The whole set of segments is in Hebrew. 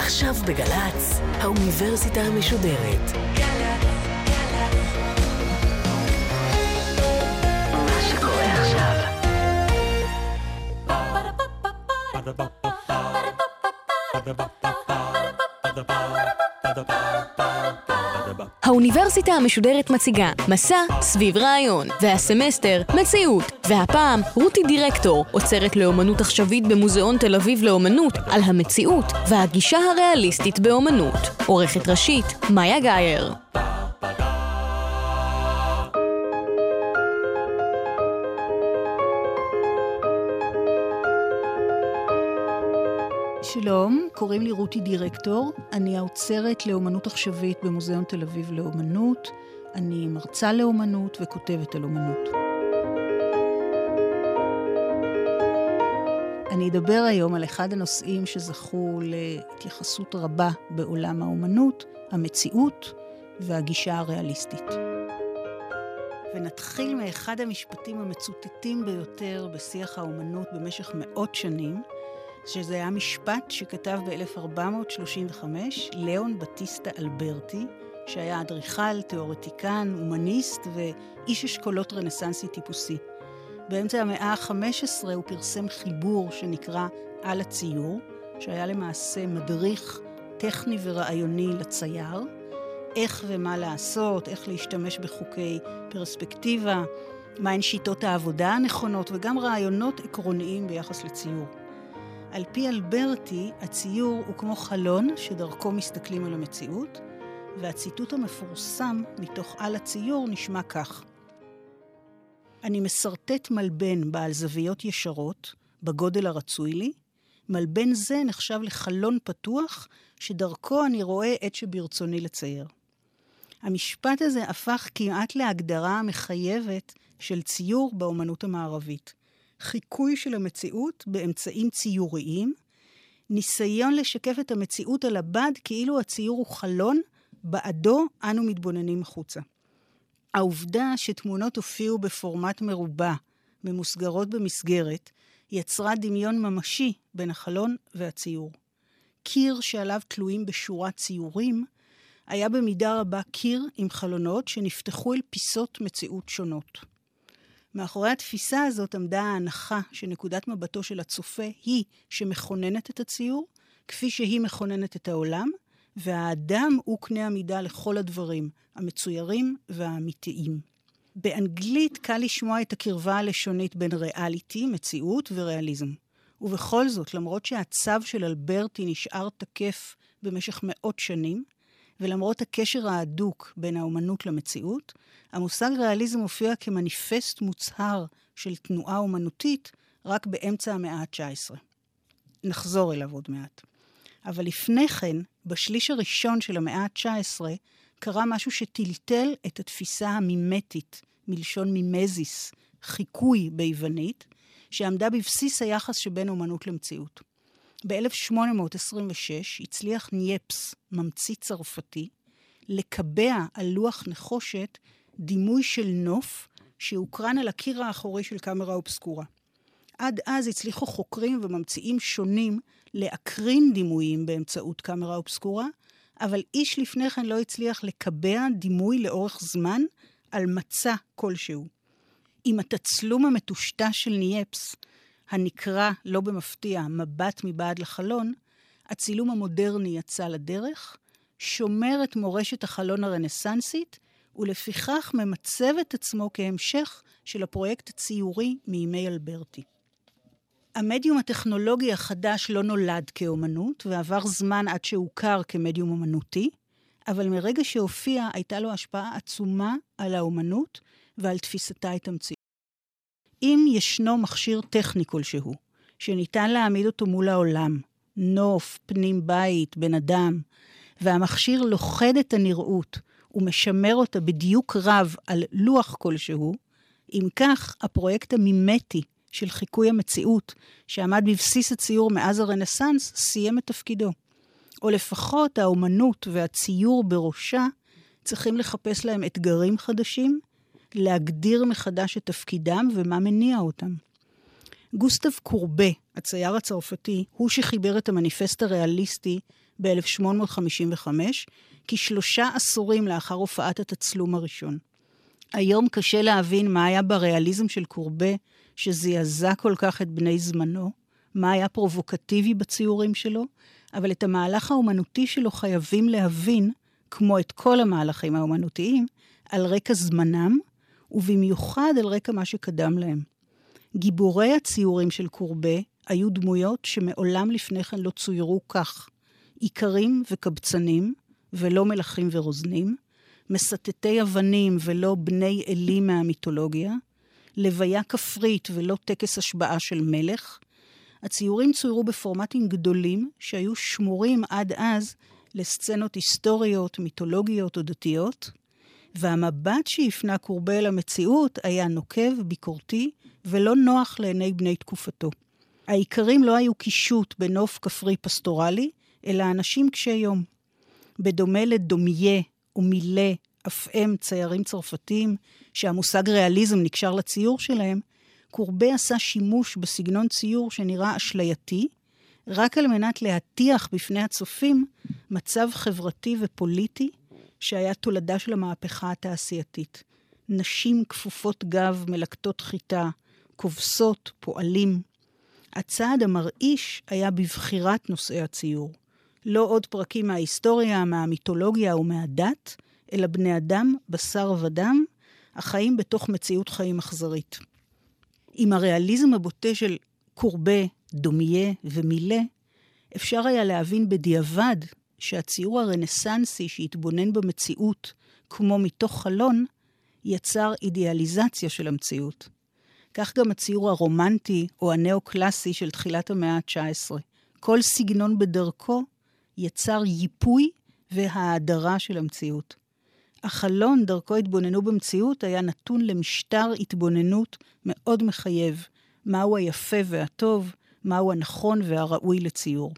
עכשיו בגלץ, האוניברסיטה המשודרת. מה שקורה עכשיו. האוניברסיטה המשודרת מציגה מסע סביב רעיון, והסמסטר מציאות, והפעם רותי דירקטור עוצרת לאומנות עכשווית במוזיאון תל אביב לאומנות על המציאות והגישה הריאליסטית באומנות. עורכת ראשית מאיה גייר. שלום, קוראים לי רותי דירקטור, אני האוצרת לאומנות עכשווית במוזיאון תל אביב לאומנות, אני מרצה לאומנות וכותבת על אומנות. אני אדבר היום על אחד הנושאים שזכו להתייחסות רבה בעולם האומנות, המציאות והגישה הריאליסטית. ונתחיל מאחד המשפטים המצוטטים ביותר בשיח האומנות במשך מאות שנים, שזה היה משפט שכתב ב-1435 ליאון בטיסטה אלברטי, שהיה אדריכל, תיאורטיקן, הומניסט ואיש אשכולות רנסנסי טיפוסי. באמצע המאה ה-15 הוא פרסם חיבור שנקרא על הציור, שהיה למעשה מדריך טכני ורעיוני לצייר, איך ומה לעשות, איך להשתמש בחוקי פרספקטיבה, מהן שיטות העבודה הנכונות וגם רעיונות עקרוניים ביחס לציור. על פי אלברטי, הציור הוא כמו חלון שדרכו מסתכלים על המציאות, והציטוט המפורסם מתוך על הציור נשמע כך: אני מסרטט מלבן בעל זוויות ישרות, בגודל הרצוי לי, מלבן זה נחשב לחלון פתוח, שדרכו אני רואה את שברצוני לצייר. המשפט הזה הפך כמעט להגדרה המחייבת של ציור באומנות המערבית. חיקוי של המציאות באמצעים ציוריים, ניסיון לשקף את המציאות על הבד כאילו הציור הוא חלון, בעדו אנו מתבוננים החוצה. העובדה שתמונות הופיעו בפורמט מרובע, ממוסגרות במסגרת, יצרה דמיון ממשי בין החלון והציור. קיר שעליו תלויים בשורת ציורים, היה במידה רבה קיר עם חלונות שנפתחו אל פיסות מציאות שונות. מאחורי התפיסה הזאת עמדה ההנחה שנקודת מבטו של הצופה היא שמכוננת את הציור, כפי שהיא מכוננת את העולם, והאדם הוא קנה המידה לכל הדברים, המצוירים והאמיתיים. באנגלית קל לשמוע את הקרבה הלשונית בין ריאליטי, מציאות וריאליזם. ובכל זאת, למרות שהצו של אלברטי נשאר תקף במשך מאות שנים, ולמרות הקשר ההדוק בין האומנות למציאות, המושג ריאליזם הופיע כמניפסט מוצהר של תנועה אומנותית רק באמצע המאה ה-19. נחזור אליו עוד מעט. אבל לפני כן, בשליש הראשון של המאה ה-19, קרה משהו שטלטל את התפיסה המימטית, מלשון מימזיס, חיקוי ביוונית, שעמדה בבסיס היחס שבין אומנות למציאות. ב-1826 הצליח נייפס, ממציא צרפתי, לקבע על לוח נחושת דימוי של נוף שהוקרן על הקיר האחורי של קאמרה אובסקורה. עד אז הצליחו חוקרים וממציאים שונים להקרין דימויים באמצעות קאמרה אובסקורה, אבל איש לפני כן לא הצליח לקבע דימוי לאורך זמן על מצע כלשהו. עם התצלום המטושטש של נייפס, הנקרא, לא במפתיע, מבט מבעד לחלון, הצילום המודרני יצא לדרך, שומר את מורשת החלון הרנסנסית, ולפיכך ממצב את עצמו כהמשך של הפרויקט הציורי מימי אלברטי. המדיום הטכנולוגי החדש לא נולד כאומנות, ועבר זמן עד שהוכר כמדיום אומנותי, אבל מרגע שהופיע הייתה לו השפעה עצומה על האומנות ועל תפיסתה את המציאות. אם ישנו מכשיר טכני כלשהו, שניתן להעמיד אותו מול העולם, נוף, פנים בית, בן אדם, והמכשיר לוחד את הנראות ומשמר אותה בדיוק רב על לוח כלשהו, אם כך הפרויקט המימטי של חיקוי המציאות, שעמד בבסיס הציור מאז הרנסנס, סיים את תפקידו. או לפחות האומנות והציור בראשה צריכים לחפש להם אתגרים חדשים, להגדיר מחדש את תפקידם ומה מניע אותם. גוסטב קורבה, הצייר הצרפתי, הוא שחיבר את המניפסט הריאליסטי ב-1855, כ3 עשורים לאחר הופעת התצלום הראשון. היום קשה להבין מה היה בריאליזם של קורבה, שזעזע כל כך את בני זמנו, מה היה פרובוקטיבי בציורים שלו, אבל את המהלך האומנותי שלו חייבים להבין, כמו את כל המהלכים האומנותיים, על רקע זמנם, ובמיוחד על רקע מה שקדם להם. גיבורי הציורים של קורבה היו דמויות שמעולם לפני כן לא צוירו כך, עיקרים וקבצנים, ולא מלכים ורוזנים, מסתתי אבנים ולא בני אלים מהמיתולוגיה, לוויה כפרית ולא טקס השבעה של מלך. הציורים צוירו בפורמטים גדולים שהיו שמורים עד אז לסצנות היסטוריות, מיתולוגיות או דתיות, והמבט שהפנה קורבה למציאות היה נוקב, ביקורתי, ולא נוח לעיני בני תקופתו. העיקרים לא היו קישוט בנוף כפרי פסטורלי, אלא אנשים קשי יום. בדומה לדומיה ומילה, אף הם ציירים צרפתיים, שהמושג ריאליזם נקשר לציור שלהם, קורבה עשה שימוש בסגנון ציור שנראה אשלייתי, רק על מנת להטיח בפני הצופים מצב חברתי ופוליטי, שהיה תולדה של המהפכה התעשייתית. נשים כפופות גב, מלקטות חיטה, כובסות, פועלים. הצעד המרעיש היה בבחירת נושאי הציור. לא עוד פרקים מההיסטוריה, מהמיתולוגיה ומהדת, אלא בני אדם, בשר ודם, החיים בתוך מציאות חיים אכזרית. עם הריאליזם הבוטה של קורבה, דומיה ומילה, אפשר היה להבין בדיעבד שהציור הרנסנסי שהתבונן במציאות כמו מתוך חלון, יצר אידיאליזציה של המציאות. כך גם הציור הרומנטי או הנאו-קלאסי של תחילת המאה ה-19. כל סגנון בדרכו יצר ייפוי והאדרה של המציאות. החלון דרכו התבוננו במציאות היה נתון למשטר התבוננות מאוד מחייב. מהו היפה והטוב, מהו הנכון והראוי לציור.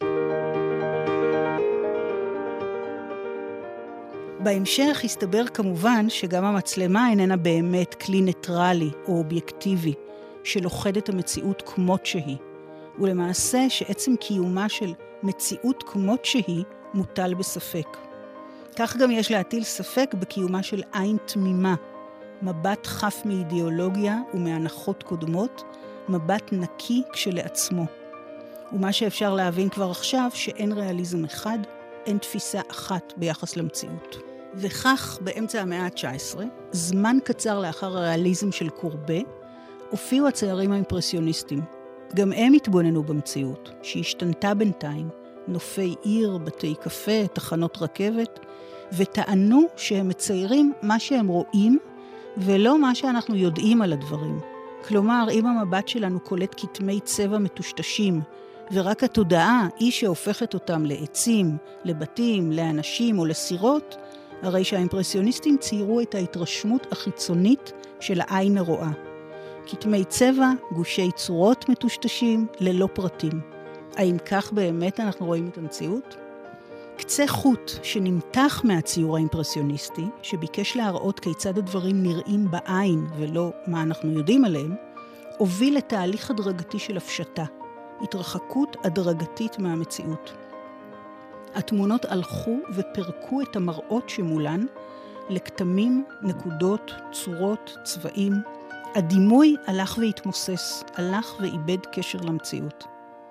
בהמשך הסתבר כמובן שגם המצלמה איננה באמת כלי ניטרלי או אובייקטיבי, שלוחד את המציאות כמות שהיא, ולמעשה שעצם קיומה של מציאות כמות שהיא מוטל בספק. כך גם יש להטיל ספק בקיומה של עין תמימה, מבט חף מאידיאולוגיה ומהנחות קודמות, מבט נקי כשלעצמו. ומה שאפשר להבין כבר עכשיו שאין ריאליזם אחד, אין תפיסה אחת ביחס למציאות. וכך באמצע המאה ה-19, זמן קצר לאחר הריאליזם של קורבה, הופיעו הציירים האימפרסיוניסטים. גם הם התבוננו במציאות, שהשתנתה בינתיים, נופי עיר, בתי קפה, תחנות רכבת, וטענו שהם מציירים מה שהם רואים, ולא מה שאנחנו יודעים על הדברים. כלומר, אם המבט שלנו קולט כתמי צבע מטושטשים, ורק התודעה היא שהופכת אותם לעצים, לבתים, לאנשים או לסירות, הרי שהאימפרסיוניסטים ציירו את ההתרשמות החיצונית של העין הרואה. כתמי צבע, גושי צורות מטושטשים, ללא פרטים. האם כך באמת אנחנו רואים את המציאות? קצה חוט שנמתח מהציור האימפרסיוניסטי, שביקש להראות כיצד הדברים נראים בעין ולא מה אנחנו יודעים עליהם, הוביל לתהליך הדרגתי של הפשטה, התרחקות הדרגתית מהמציאות. התמונות הלכו ופרקו את המראות שמולן לכתמים, נקודות, צורות, צבעים. הדימוי הלך והתמוסס, הלך ואיבד קשר למציאות.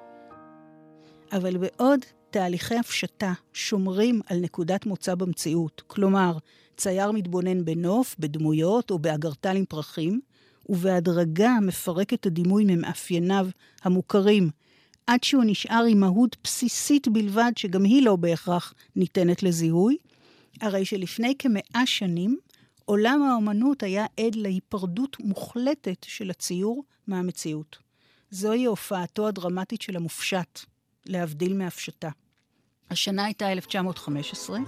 אבל בעוד תהליכי הפשטה שומרים על נקודת מוצא במציאות, כלומר, צייר מתבונן בנוף, בדמויות או באגרטל עם פרחים, ובהדרגה מפרק את הדימוי ממאפייניו המוכרים, עד שהוא נשאר עם מהות בסיסית בלבד, שגם היא לא בהכרח ניתנת לזיהוי, הרי שלפני כ100 שנים, עולם האומנות היה עד להיפרדות מוחלטת של הציור מהמציאות. זוהי הופעתו הדרמטית של המופשט, להבדיל מהפשטה. השנה הייתה 1915,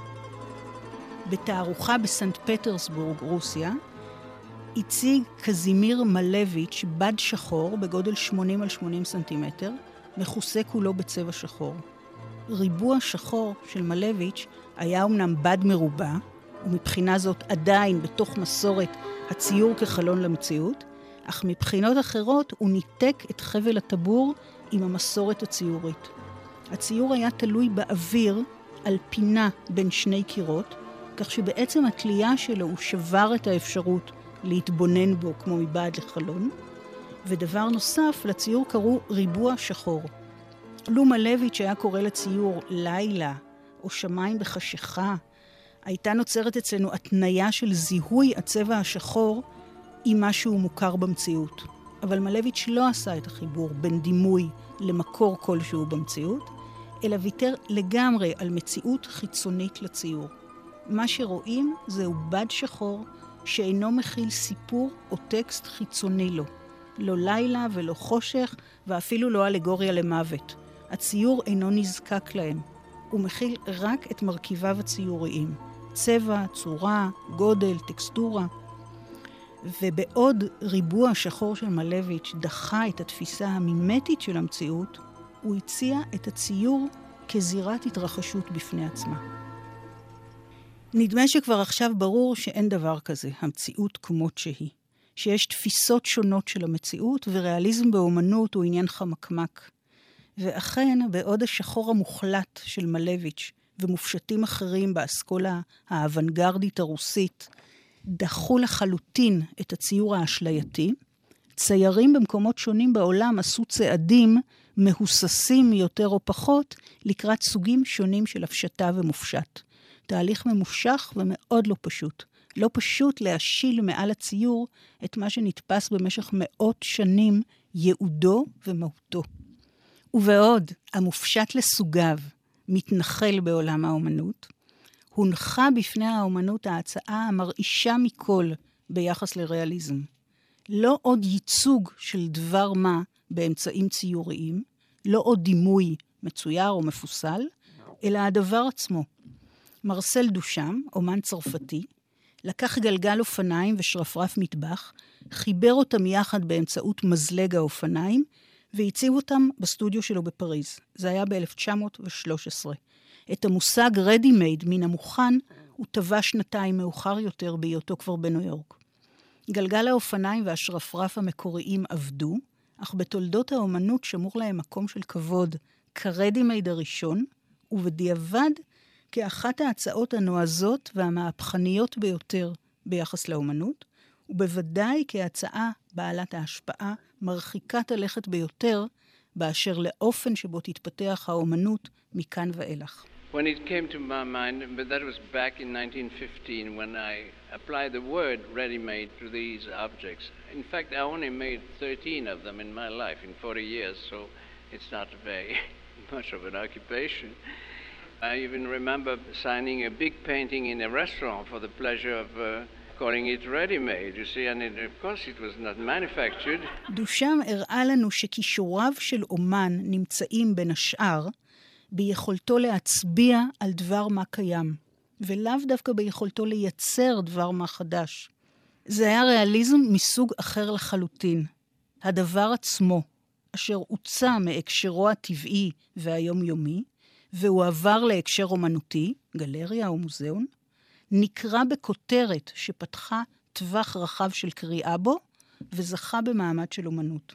בתערוכה בסנט פטרסבורג, רוסיה, הציג קזימיר מלביץ' בד שחור בגודל 80 על 80 סנטימטר, מכוסה כולו בצבע שחור. ריבוע שחור של מלביץ' היה אומנם בד מרובע, ומבחינה זאת עדיין בתוך מסורת הציור כחלון למציאות, אך מבחינות אחרות הוא ניתק את חבל הטבור עם המסורת הציורית. הציור היה תלוי באוויר על פינה בין שני קירות, כך שבעצם התלייה שלו הוא שבר את האפשרות להתבונן בו כמו מבעד לחלון. ודבר נוסף, לציור קראו ריבוע שחור. לו מלביץ' היה קורא לציור לילה או שמיים בחשיכה, הייתה נוצרת אצלנו התניה של זיהוי הצבע השחור עם משהו מוכר במציאות. אבל מלביץ' לא עשה את החיבור בין דימוי למקור כלשהו במציאות, אלא ויתר לגמרי על מציאות חיצונית לציור. מה שרואים זהו בד שחור שאינו מכיל סיפור או טקסט חיצוני לו. לא לילה ולא חושך ואפילו לא אלגוריה למוות. הציור אינו נזקק להם. הוא מכיל רק את מרכיביו הציוריים. צבע, צורה, גודל, טקסטורה. ובעוד ריבוע שחור של מלביץ' דחה את התפיסה המימטית של המציאות, הוא הציע את הציור כזירת התרחשות בפני עצמה. נדמה שכבר עכשיו ברור שאין דבר כזה, המציאות כמות שהיא. שיש תפיסות שונות של המציאות, וריאליזם באומנות הוא עניין חמקמק. ואכן, בעוד השחור המוחלט של מלביץ' ומופשטים אחרים באסכולה האוונגרדית הרוסית, דחו לחלוטין את הציור האשלייתי, ציירים במקומות שונים בעולם עשו צעדים מהוססים יותר או פחות לקראת סוגים שונים של הפשטה ומופשט. תהליך ממושך ומאוד לא פשוט. לא פשוט להשיל מעל הציור את מה שנתפס במשך מאות שנים ייעודו ומהותו. ובעוד המופשט לסוגיו מתנחל בעולם האומנות, הונחה בפני האומנות ההצעה המרעישה מכל ביחס לריאליזם. לא עוד ייצוג של דבר מה באמצעים ציוריים, לא עוד דימוי מצויר או מפוסל, אלא הדבר עצמו. מרסל דושם, אומן צרפתי, לקח גלגל אופניים ושרפרף מטבח, חיבר אותם יחד באמצעות מזלג האופניים, והציב אותם בסטודיו שלו בפריז. זה היה ב-1913. את המושג ready made מן המוכן הוא טבע שנתיים מאוחר יותר בהיותו כבר בניו יורק. גלגל האופניים והשרפרף המקוריים עבדו, אך בתולדות האומנות שמור להם מקום של כבוד כ-ready made הראשון, ובדיעבד כאחת ההצעות הנועזות והמהפכניות ביותר ביחס לאומנות, ובוודאי כהצעה בעלת ההשפעה מרחיקת הלכת ביותר באשר לאופן שבו תתפתח האומנות מכאן ואילך. When it came to my mind, but that was back in 1915 when I applied the word ready-made to these objects. In fact, I only made 13 of them in my life in 40 years, so it's not very much of an occupation. I even remember signing a big painting in a restaurant for the pleasure of calling it ready-made, you see, and of course it was not manufactured. דושם הראה לנו שכישוריו של אומן נמצאים בין השאר ביכולתו להצביע על דבר מה קיים, ולאו דווקא ביכולתו לייצר דבר מה חדש. זה היה ריאליזם מסוג אחר לחלוטין. הדבר עצמו, אשר הוצא מהקשרו הטבעי והיומיומי, והוא עבר להקשר אומנותי, גלריה או מוזיאון, נקרא בכותרת שפתחה טווח רחב של קריאה בו, וזכה במעמד של אומנות.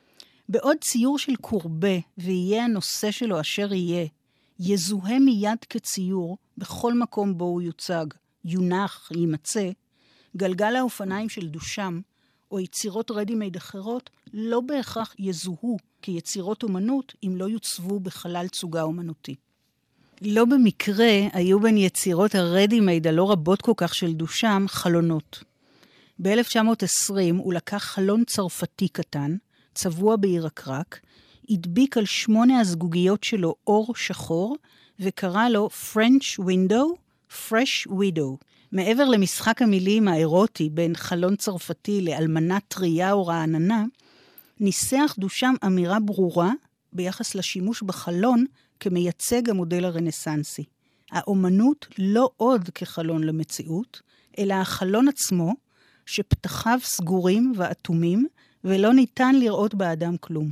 בעוד ציור של קורבה, ויהיה הנושא שלו אשר יהיה, יזוהה מיד כציור בכל מקום בו הוא יוצג, יונח, יימצא, גלגל האופניים של דושם, או יצירות רדי-מייד אחרות, לא בהכרח יזוהו כיצירות אומנות אם לא יוצבו בחלל צוגה אומנותי. לא במקרה היו בין יצירות הרדי-מייד הלא רבות כל כך של דושם חלונות. ב-1920 הוא לקח חלון צרפתי קטן, צבוע בירקרק, הדביק על 8 הזגוגיות שלו אור שחור, וקרא לו French Window, Fresh Widow. מעבר למשחק המילים האירוטי בין חלון צרפתי לאלמנה טריה או רעננה, ניסח דושם אמירה ברורה ביחס לשימוש בחלון כמייצג המודל הרנסנסי. האומנות לא עוד כחלון למציאות, אלא החלון עצמו שפתחיו סגורים ואטומים, ולא ניתן לראות באדם כלום.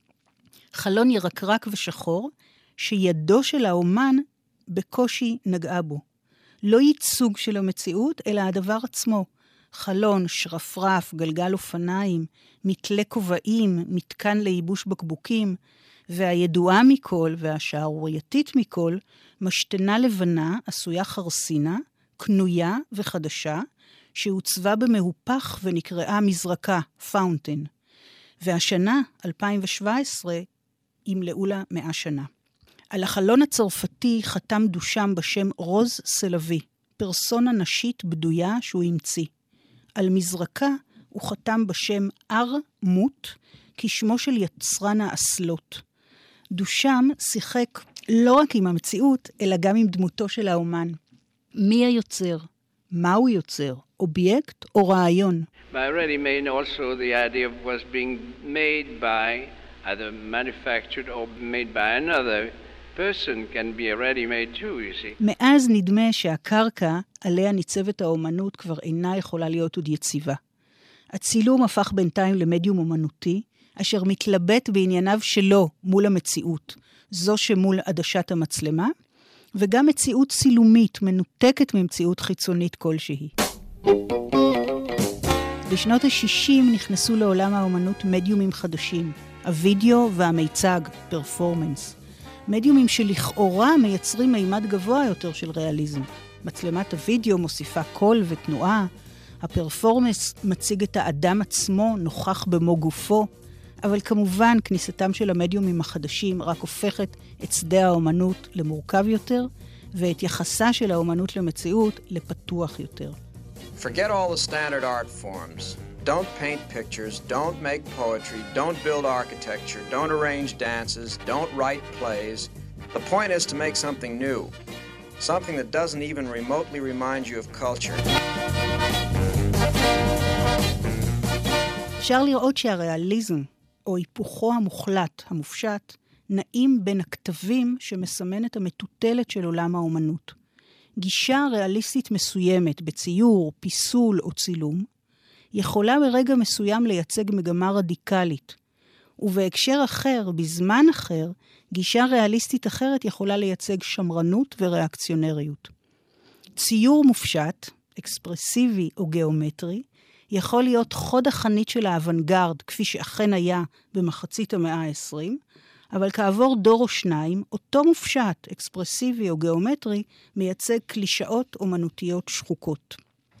חלון ירקרק ושחור, שידו של האומן בקושי נגעה בו. לא ייצוג של המציאות, אלא הדבר עצמו. חלון, שרפרף, גלגל אופניים, מתלה כובעים, מתקן לייבוש בקבוקים, והידועה מכל והשערורייתית מכל, משתנה לבנה עשויה חרסינה, קנויה וחדשה, שהוצבה במהופך ונקראה מזרקה, פאונטן. והשנה, 2017, ימלאו לה 100 שנה. על החלון הצרפתי חתם דושם בשם רוז סלווי, פרסונה נשית בדויה שהוא המציא. על מזרקה הוא חתם בשם אר מוט, כשמו של יצרן האסלות. דושם שיחק לא רק עם המציאות, אלא גם עם דמותו של האומן. מי היוצר? מהו יוצר? אובייקט או רעיון? By ready-made also the idea was being made by either manufactured or made by another person can be a ready-made too, you see. מאז נדמה שהקרקע עליה ניצבת האומנות כבר אינה יכולה להיות עוד יציבה. הצילום הפך בינתיים למדיום אומנותי, אשר מתלבט בענייניו שלו מול המציאות, זו שמול עדשת המצלמה, וגם מציאות צילומית מנותקת ממציאות חיצונית כלשהי. בשנות ה-60 נכנסו לעולם האומנות מדיומים חדשים, הווידאו והמיצג, פרפורמנס. מדיומים שלכאורה מייצרים מימד גבוה יותר של ריאליזם. מצלמת הווידאו מוסיפה קול ותנועה, הפרפורמנס מציג את האדם עצמו נוכח במו גופו, אבל כמובן כניסתם של המדיומים החדשים רק הופכת את שדה האומנות למורכב יותר, ואת יחסה של האומנות למציאות לפתוח יותר. Forget all the standard art forms. Don't paint pictures, don't make poetry, don't build architecture, don't arrange dances, don't write plays. The point is to make something new. Something that doesn't even remotely remind you of culture. אפשר לראות שהריאליזם, או היפוכו המוחלט, המופשט, נעים בין הכתבים שמסמן את המטוטלת של עולם האומנות. גישה ריאליסטית מסוימת בציור, פיסול או צילום, יכולה ברגע מסוים לייצג מגמה רדיקלית, ובהקשר אחר, בזמן אחר, גישה ריאליסטית אחרת יכולה לייצג שמרנות וריאקציונריות. ציור מופשט, אקספרסיבי או גיאומטרי, יכול להיות חוד החנית של האוונגרד, כפי שאכן היה במחצית המאה ה-20, אבל כעבור דור או שניים, אותו מופשט, אקספרסיבי או גיאומטרי, מייצג קלישאות אומנותיות שחוקות.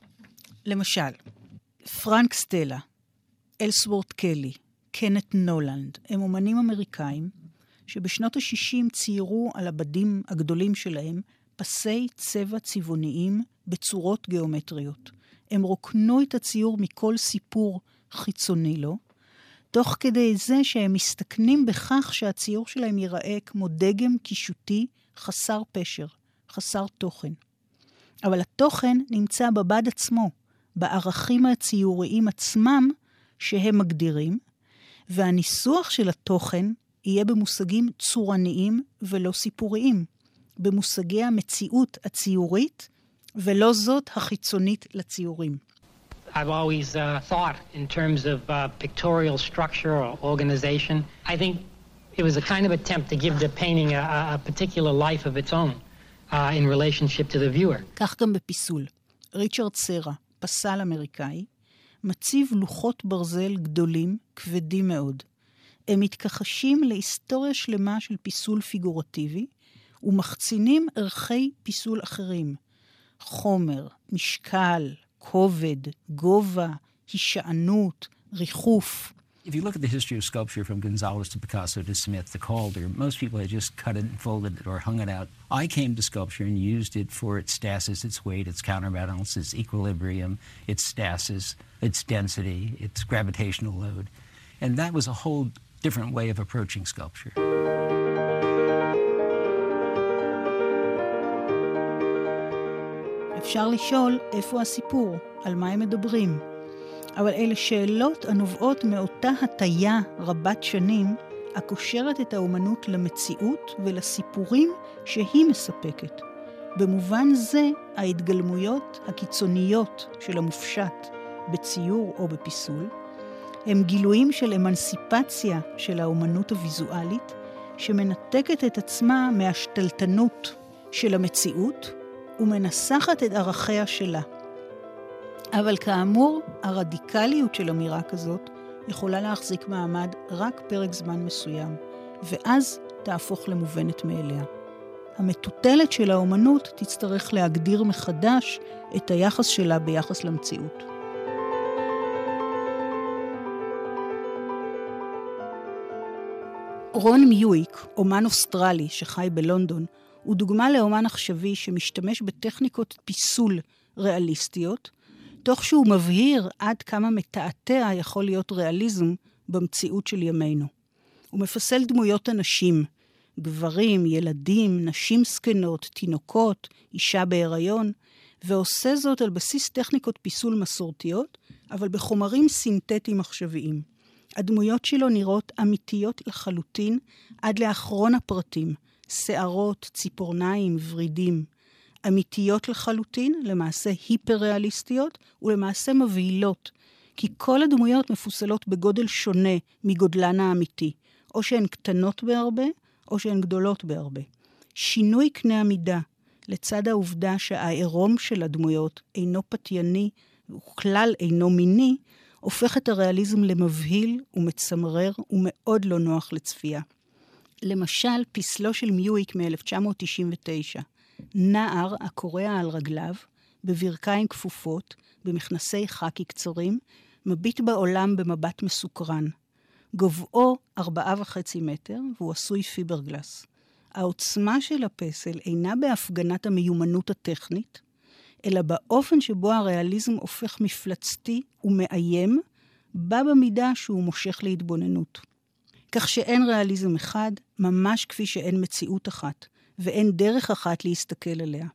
למשל, פרנק סטלה, אלסוורט קלי, קנט נולנד, הם אומנים אמריקאים שבשנות ה-60 ציירו על הבדים הגדולים שלהם פסי צבע צבעוניים בצורות גיאומטריות. הם רוקנו את הציור מכל סיפור חיצוני לו, תוך כדי זה שהם מסתכנים בכך שהציור שלהם ייראה כמו דגם קישוטי חסר פשר, חסר תוכן. אבל התוכן נמצא בבד עצמו, בערכים הציוריים עצמם שהם מגדירים, והניסוח של התוכן יהיה במושגים צורניים ולא סיפוריים, במושגי המציאות הציורית, ולא זאת החיצונית לציורים. I've always thought in terms of pictorial structure or organization. I think it was a kind of attempt to give the painting a particular life of its own in relationship to the viewer. כך גם בפיסול. ריצ'רד סרה, פסל אמריקאי, מציב לוחות ברזל גדולים, כבדים מאוד. הם מתכחשים להיסטוריה שלמה של פיסול פיגורטיבי, ומחצינים ערכי פיסול אחרים. חומר, משקל, כובד, גובה, הישענות, ריחוף. If you look at the history of sculpture from Gonzalez to Picasso to Smith to Calder, most people had just cut it and folded it or hung it out. I came to sculpture and used it for its stasis, its weight, its counterbalance, its equilibrium, its stasis, its density, its gravitational load. And that was a whole different way of approaching sculpture. אפשר לשאול איפה הסיפור, על מה הם מדברים. אבל אלה שאלות הנובעות מאותה הטיה רבת שנים, הקושרת את האומנות למציאות ולסיפורים שהיא מספקת. במובן זה, ההתגלמויות הקיצוניות של המופשט בציור או בפיסול, הם גילויים של אמנסיפציה של האומנות הוויזואלית, שמנתקת את עצמה מהשתלטנות של המציאות, ומנסחת את ערכיה שלה. אבל כאמור, הרדיקליות של אמירה כזאת יכולה להחזיק מעמד רק פרק זמן מסוים, ואז תהפוך למובנת מאליה. המטוטלת של האומנות תצטרך להגדיר מחדש את היחס שלה ביחס למציאות. רון מיואיק, אומן אוסטרלי שחי בלונדון, הוא דוגמה לאומן עכשווי שמשתמש בטכניקות פיסול ריאליסטיות, תוך שהוא מבהיר עד כמה מתעתע יכול להיות ריאליזם במציאות של ימינו. הוא מפסל דמויות אנשים, גברים, ילדים, נשים סקנות, תינוקות, אישה בהיריון, ועושה זאת על בסיס טכניקות פיסול מסורתיות, אבל בחומרים סינתטיים עכשוויים. הדמויות שלו נראות אמיתיות לחלוטין עד לאחרון הפרטים, שערות, ציפורניים, ורידים. אמיתיות לחלוטין, למעשה היפר-ריאליסטיות, ולמעשה מבהילות, כי כל הדמויות מפוסלות בגודל שונה מגודלן האמיתי, או שהן קטנות בהרבה, או שהן גדולות בהרבה. שינוי קנה המידה, לצד העובדה שהעירום של הדמויות אינו פתייני, וכלל אינו מיני, הופך את הריאליזם למבהיל ומצמרר ומאוד לא נוח לצפייה. למשל, פסלו של מיואיק מ-1999, נער הקורע על רגליו, בברכיים כפופות, במכנסי חקי קצרים, מביט בעולם במבט מסוקרן. גובהו 4.5 מטר, והוא עשוי פיברגלס. העוצמה של הפסל אינה בהפגנת המיומנות הטכנית, אלא באופן שבו הריאליזם הופך מפלצתי ומאיים, בה במידה שהוא מושך להתבוננות. כך שאין ריאליזם אחד, ממש כפי שאין מציאות אחת, ואין דרך אחת להסתכל עליה.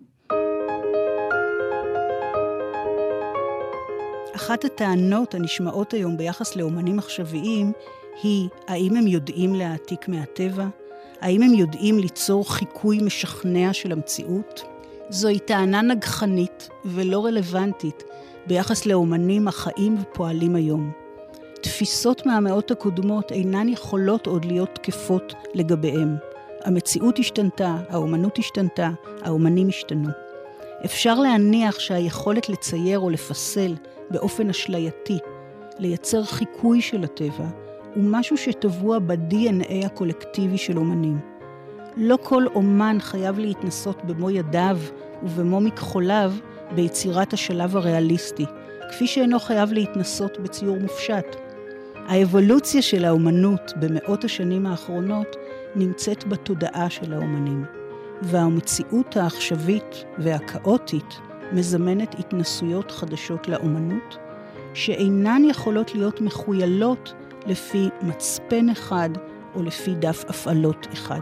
אחת הטענות הנשמעות היום ביחס לאומנים עכשוויים היא, האם הם יודעים להעתיק מהטבע? האם הם יודעים ליצור חיקוי משכנע של המציאות? זוהי טענה נגחנית ולא רלוונטית ביחס לאומנים החיים ופועלים היום. תפיסות מהמאות הקודמות אינן יכולות עוד להיות תקפות לגביהם. המציאות השתנתה, האומנות השתנתה, האומנים השתנו. אפשר להניח שהיכולת לצייר או לפסל באופן אשלייתי, לייצר חיקוי של הטבע, הוא משהו שטבוע ב-DNA הקולקטיבי של אומנים. לא כל אומן חייב להתנסות במו ידיו ובמו מכחוליו ביצירת השלב הריאליסטי, כפי שאינו חייב להתנסות בציור מופשט. האבולוציה של האומנות במאות השנים האחרונות נמצאת בתודעה של האומנים, והמציאות העכשווית והכאוטית מזמנת התנסויות חדשות לאומנות, שאינן יכולות להיות מחוילות לפי מצפן אחד או לפי דף הפעלות אחד.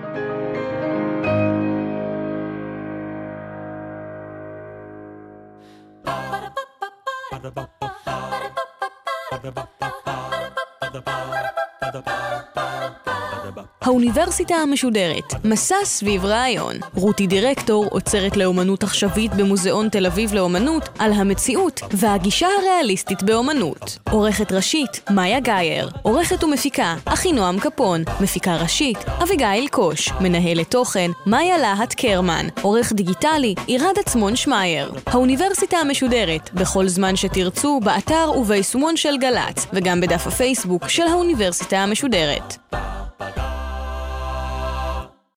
האוניברסיטה המשודרת, מסע סביב רעיון. רותי דירקטור, עוצרת לאומנות עכשווית במוזיאון תל אביב לאומנות, על המציאות והגישה הריאליסטית באומנות. עורכת ראשית, מאיה גייר. עורכת ומפיקה, אחינועם קפון. מפיקה ראשית, אביגיל קוש. מנהלת תוכן, מאיה להט קרמן. עורך דיגיטלי, עירד עצמון שמייר. האוניברסיטה המשודרת, בכל זמן שתרצו, באתר וביישומון של גלץ, וגם בדף הפייסבוק של האוניברסיטה המשודרת.